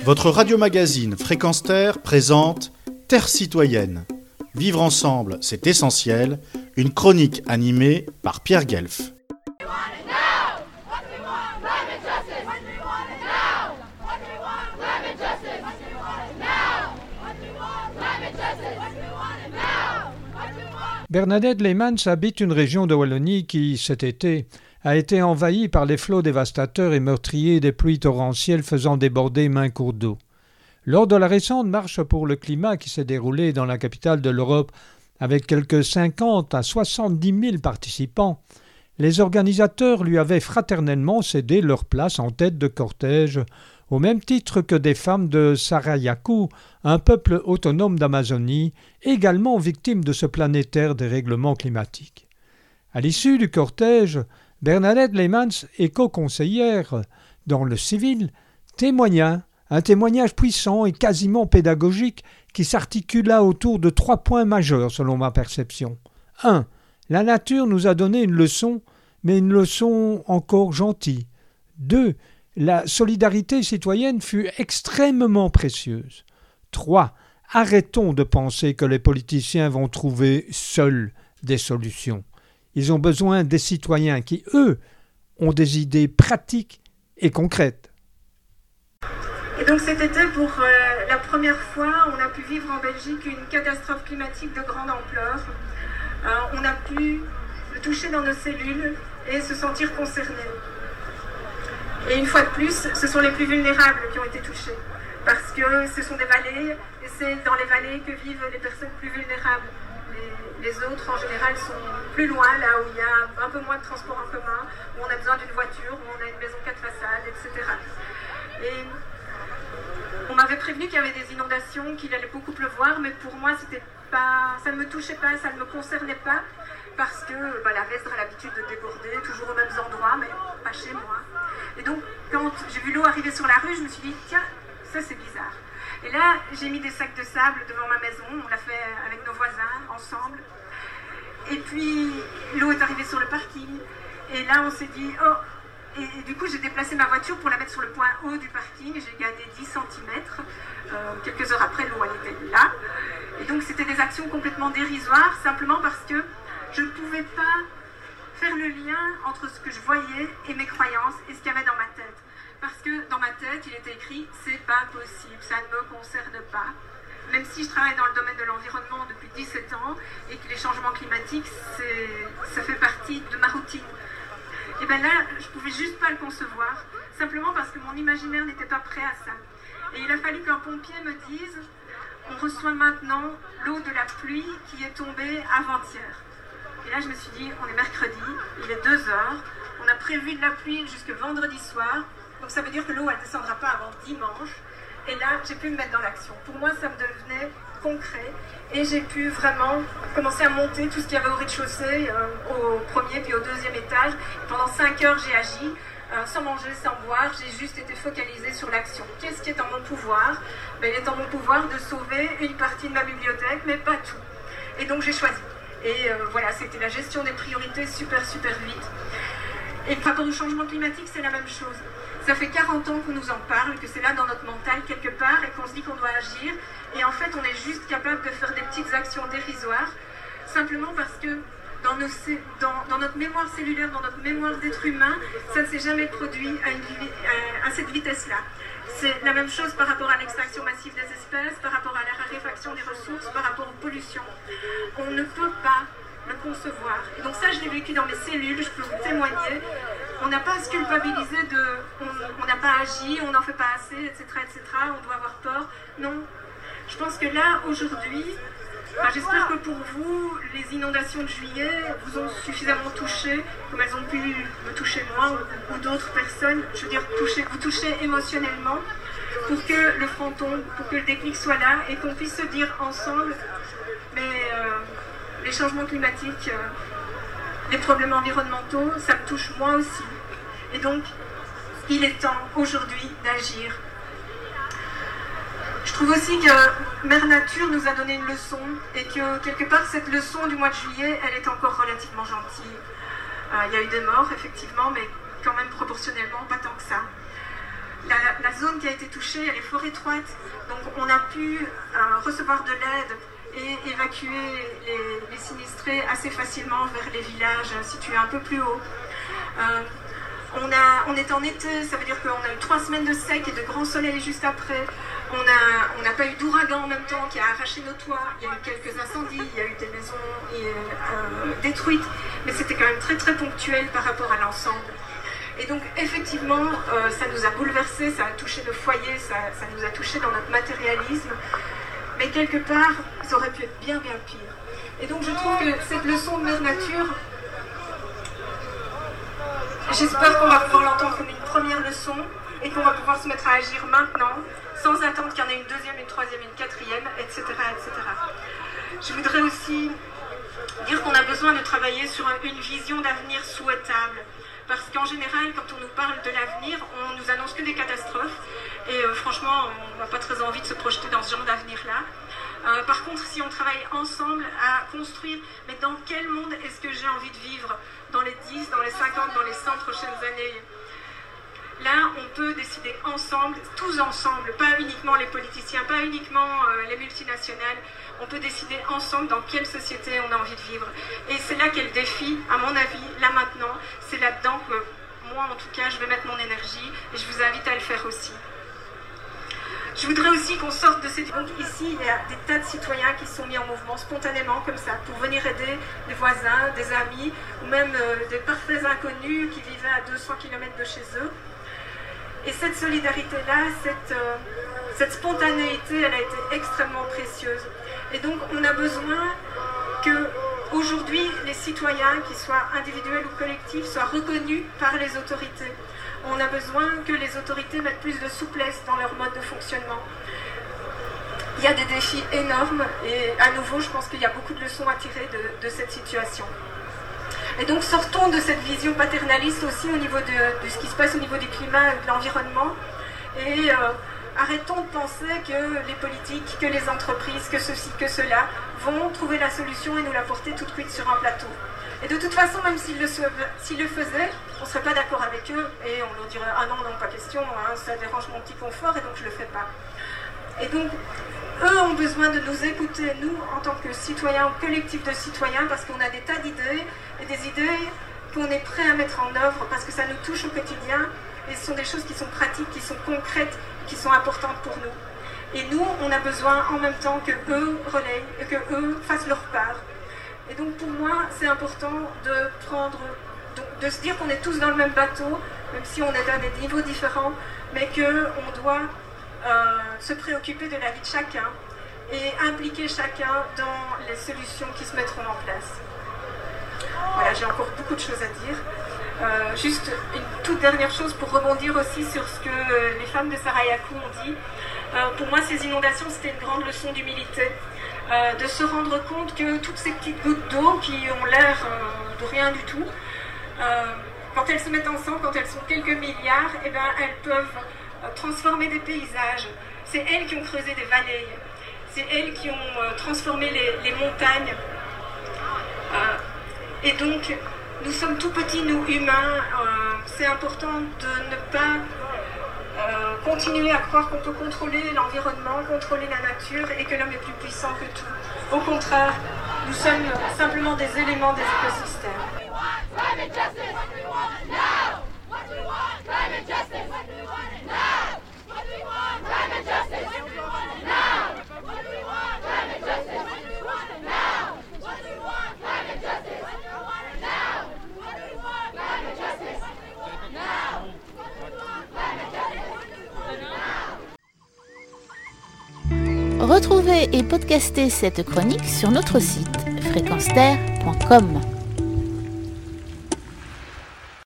Votre radio-magazine Fréquence Terre présente Terre citoyenne. Vivre ensemble, c'est essentiel. Une chronique animée par Pierre Guelf. Bernadette Leymans habite une région de Wallonie qui, cet été, a été envahie par les flots dévastateurs et meurtriers des pluies torrentielles faisant déborder maints cours d'eau. Lors de la récente marche pour le climat qui s'est déroulée dans la capitale de l'Europe avec quelques 50 à 70 000 participants, les organisateurs lui avaient fraternellement cédé leur place en tête de cortège, au même titre que des femmes de Sarayaku, un peuple autonome d'Amazonie, également victime de ce planétaire dérèglement climatique. À l'issue du cortège, Bernadette Leymans, éco-conseillère dans le civil, témoigna un témoignage puissant et quasiment pédagogique qui s'articula autour de 3 points majeurs selon ma perception. 1. La nature nous a donné une leçon, mais une leçon encore gentille. 2. La solidarité citoyenne fut extrêmement précieuse. 3. Arrêtons de penser que les politiciens vont trouver seuls des solutions. Ils ont besoin des citoyens qui, eux, ont des idées pratiques et concrètes. Et donc cet été, pour la première fois, on a pu vivre en Belgique une catastrophe climatique de grande ampleur. On a pu le toucher dans nos cellules et se sentir concernés. Et une fois de plus, ce sont les plus vulnérables qui ont été touchés. Parce que ce sont des vallées, et c'est dans les vallées que vivent les personnes plus vulnérables. Les autres, en général, sont plus loin, là où il y a un peu moins de transport en commun, où on a besoin d'une voiture, où on a une maison 4 façades, etc. Et on m'avait prévenu qu'il y avait des inondations, qu'il allait beaucoup pleuvoir, mais pour moi, c'était pas, ça ne me touchait pas, ça ne me concernait pas, parce que la Vesdre a l'habitude de déborder, toujours aux mêmes endroits, mais pas chez moi. Et donc, quand j'ai vu l'eau arriver sur la rue, je me suis dit, tiens, ça c'est bizarre. Et là, j'ai mis des sacs de sable devant ma maison, on l'a fait avec nos voisins, ensemble. Et puis, l'eau est arrivée sur le parking. Et là, on s'est dit, oh. Et du coup, j'ai déplacé ma voiture pour la mettre sur le point haut du parking. J'ai gagné 10 cm. Quelques heures après, l'eau, elle était là. Et donc, c'était des actions complètement dérisoires, simplement parce que je ne pouvais pas faire le lien entre ce que je voyais et mes croyances et ce qu'il y avait dans ma tête. Parce que dans ma tête, il était écrit « c'est pas possible, ça ne me concerne pas ». Même si je travaille dans le domaine de l'environnement depuis 17 ans et que les changements climatiques, ça fait partie de ma routine. Et bien là, je pouvais juste pas le concevoir, simplement parce que mon imaginaire n'était pas prêt à ça. Et il a fallu qu'un pompier me dise « on reçoit maintenant l'eau de la pluie qui est tombée avant-hier ». Et là, je me suis dit, on est mercredi, il est 2h, on a prévu de la pluie jusque vendredi soir, donc ça veut dire que l'eau, elle ne descendra pas avant dimanche. Et là, j'ai pu me mettre dans l'action. Pour moi, ça me devenait concret, et j'ai pu vraiment commencer à monter tout ce qu'il y avait au rez-de-chaussée, au premier puis au 2e étage. Et pendant 5 heures, j'ai agi, sans manger, sans boire, j'ai juste été focalisée sur l'action. Qu'est-ce qui est en mon pouvoir ? Il est en mon pouvoir de sauver une partie de ma bibliothèque, mais pas tout. Et donc, j'ai choisi. Et voilà, c'était la gestion des priorités super vite. Et par rapport au changement climatique, c'est la même chose. Ça fait 40 ans qu'on nous en parle, que c'est là dans notre mental quelque part, et qu'on se dit qu'on doit agir. Et en fait, on est juste capable de faire des petites actions dérisoires, simplement parce que dans notre mémoire cellulaire, dans notre mémoire d'être humain, ça ne s'est jamais produit à cette vitesse-là. C'est la même chose par rapport à l'extraction massive des espèces, par rapport à la raréfaction des ressources, par rapport aux pollutions. On ne peut pas le concevoir. Et donc ça, je l'ai vécu dans mes cellules, je peux vous témoigner. On n'a pas à se culpabiliser on n'a pas agi, on n'en fait pas assez, etc., on doit avoir peur. Non. Je pense que là, aujourd'hui, j'espère que pour vous, les inondations de juillet vous ont suffisamment touché, comme elles ont pu me toucher moi ou d'autres personnes, je veux dire vous toucher émotionnellement, pour que le front tombe, pour que le déclic soit là et qu'on puisse se dire ensemble, mais les changements climatiques, les problèmes environnementaux, ça me touche moi aussi. Et donc, il est temps aujourd'hui d'agir. Je trouve aussi que Mère Nature nous a donné une leçon et que quelque part cette leçon du mois de juillet, elle est encore relativement gentille. Il y a eu des morts effectivement, mais quand même proportionnellement pas tant que ça. La zone qui a été touchée, elle est fort étroite, donc on a pu recevoir de l'aide et évacuer les sinistrés assez facilement vers les villages situés un peu plus haut. On est en été, ça veut dire qu'on a eu 3 semaines de sec et de grand soleil juste après. On n'a pas eu d'ouragan en même temps qui a arraché nos toits. Il y a eu quelques incendies, il y a eu des maisons détruites, mais c'était quand même très très ponctuel par rapport à l'ensemble. Et donc effectivement, ça nous a bouleversés, ça a touché nos foyers, ça nous a touché dans notre matérialisme. Mais quelque part, ça aurait pu être bien bien pire. Et donc je trouve que cette leçon de Mère Nature, j'espère qu'on va pouvoir l'entendre comme une première leçon et qu'on va pouvoir se mettre à agir maintenant, sans attendre qu'il y en ait une deuxième, une troisième, une quatrième, etc., etc. Je voudrais aussi dire qu'on a besoin de travailler sur une vision d'avenir souhaitable. Parce qu'en général, quand on nous parle de l'avenir, on nous annonce que des catastrophes. Et franchement, on n'a pas très envie de se projeter dans ce genre d'avenir-là. Par contre, si on travaille ensemble à construire, mais dans quel monde est-ce que j'ai envie de vivre dans les 10, dans les 50, dans les 100 prochaines années? Là, on peut décider ensemble, tous ensemble, pas uniquement les politiciens, pas uniquement les multinationales. On peut décider ensemble dans quelle société on a envie de vivre. Et c'est là qu'est le défi, à mon avis, là maintenant. C'est là-dedans que moi, en tout cas, je vais mettre mon énergie et je vous invite à le faire aussi. Je voudrais aussi qu'on sorte de cette... Donc ici, il y a des tas de citoyens qui sont mis en mouvement spontanément, comme ça, pour venir aider des voisins, des amis, ou même des parfaits inconnus qui vivaient à 200 km de chez eux. Et cette solidarité-là, cette spontanéité, elle a été extrêmement précieuse. Et donc, on a besoin que, aujourd'hui, les citoyens, qu'ils soient individuels ou collectifs, soient reconnus par les autorités. On a besoin que les autorités mettent plus de souplesse dans leur mode de fonctionnement. Il y a des défis énormes et à nouveau, je pense qu'il y a beaucoup de leçons à tirer de cette situation. Et donc sortons de cette vision paternaliste aussi au niveau de ce qui se passe au niveau du climat et de l'environnement et arrêtons de penser que les politiques, que les entreprises, que ceci, que cela vont trouver la solution et nous la porter toute cuite sur un plateau. Et de toute façon, même s'ils le faisaient, on ne serait pas d'accord avec eux et on leur dirait « Ah non, non, pas question, hein, ça dérange mon petit confort et donc je ne le fais pas ». Et donc, eux ont besoin de nous écouter, nous, en tant que citoyens, ou collectif de citoyens, parce qu'on a des tas d'idées, et des idées qu'on est prêt à mettre en œuvre, parce que ça nous touche au quotidien, et ce sont des choses qui sont pratiques, qui sont concrètes, qui sont importantes pour nous. Et nous, on a besoin en même temps que eux relayent, et que eux fassent leur part. Et donc pour moi, c'est important de se dire qu'on est tous dans le même bateau, même si on est à des niveaux différents, mais qu'on doit se préoccuper de la vie de chacun et impliquer chacun dans les solutions qui se mettront en place. Voilà, j'ai encore beaucoup de choses à dire. Juste une toute dernière chose pour rebondir aussi sur ce que les femmes de Sarayaku ont dit. Pour moi, ces inondations, c'était une grande leçon d'humilité. De se rendre compte que toutes ces petites gouttes d'eau qui ont l'air de rien du tout, quand elles se mettent ensemble, quand elles sont quelques milliards, eh ben, elles peuvent transformer des paysages. C'est elles qui ont creusé des vallées, c'est elles qui ont transformé les montagnes. Et donc, nous sommes tout petits, nous humains, c'est important de ne pas continuer à croire qu'on peut contrôler l'environnement, contrôler la nature et que l'homme est plus puissant que tout. Au contraire, nous sommes simplement des éléments des écosystèmes. Retrouvez et podcastez cette chronique sur notre site fréquenceterre.com.